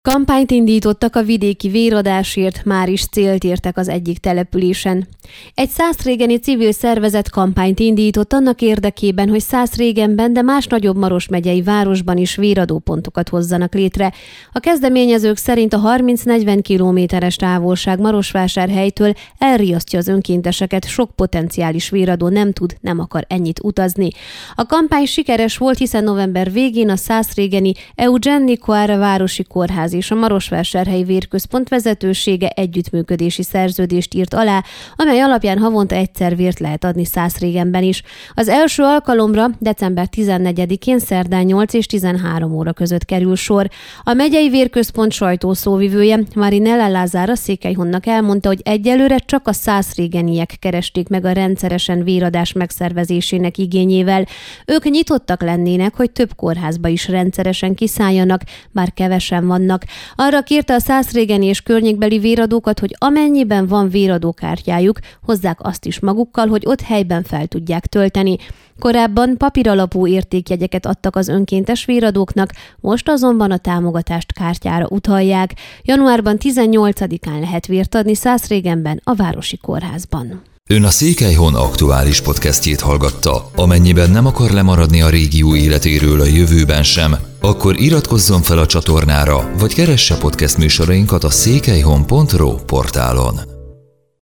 Kampányt indítottak a vidéki véradásért, már is célt értek az egyik településen. Egy Szászrégeni civil szervezet kampányt indított annak érdekében, hogy Szászrégenben, de más nagyobb Maros megyei városban is véradópontokat hozzanak létre. A kezdeményezők szerint a 30-40 kilométeres távolság Marosvásárhelytől elriasztja az önkénteseket, sok potenciális véradó nem akar ennyit utazni. A kampány sikeres volt, hiszen november végén a Szászrégeni Eugenio Coara városi kórház és a Marosvásárhelyi Vérközpont vezetősége együttműködési szerződést írt alá, amely alapján havonta egyszer vért lehet adni Szászrégenben is. Az első alkalomra december 14-én szerdán 8 és 13 óra között kerül sor. A megyei vérközpont sajtószóvivője Marinella Lázár Székelyhonnak elmondta, hogy egyelőre csak a szászrégeniek keresték meg a rendszeresen véradás megszervezésének igényével. Ők nyitottak lennének, hogy több kórházba is rendszeresen kiszálljanak, bár kevesen vannak. Arra kérte a szászrégeni és környékbeli véradókat, hogy amennyiben van véradókártyájuk, hozzák azt is magukkal, hogy ott helyben fel tudják tölteni. Korábban papíralapú értékjegyeket adtak az önkéntes véradóknak, most azonban a támogatást kártyára utalják. Januárban 18-án lehet vért adni Szászrégenben, a városi kórházban. Ön a Székelyhon aktuális podcastjét hallgatta. Amennyiben nem akar lemaradni a régió életéről a jövőben sem, akkor iratkozzon fel a csatornára, vagy keresse podcast műsorainkat a székelyhon.ro portálon.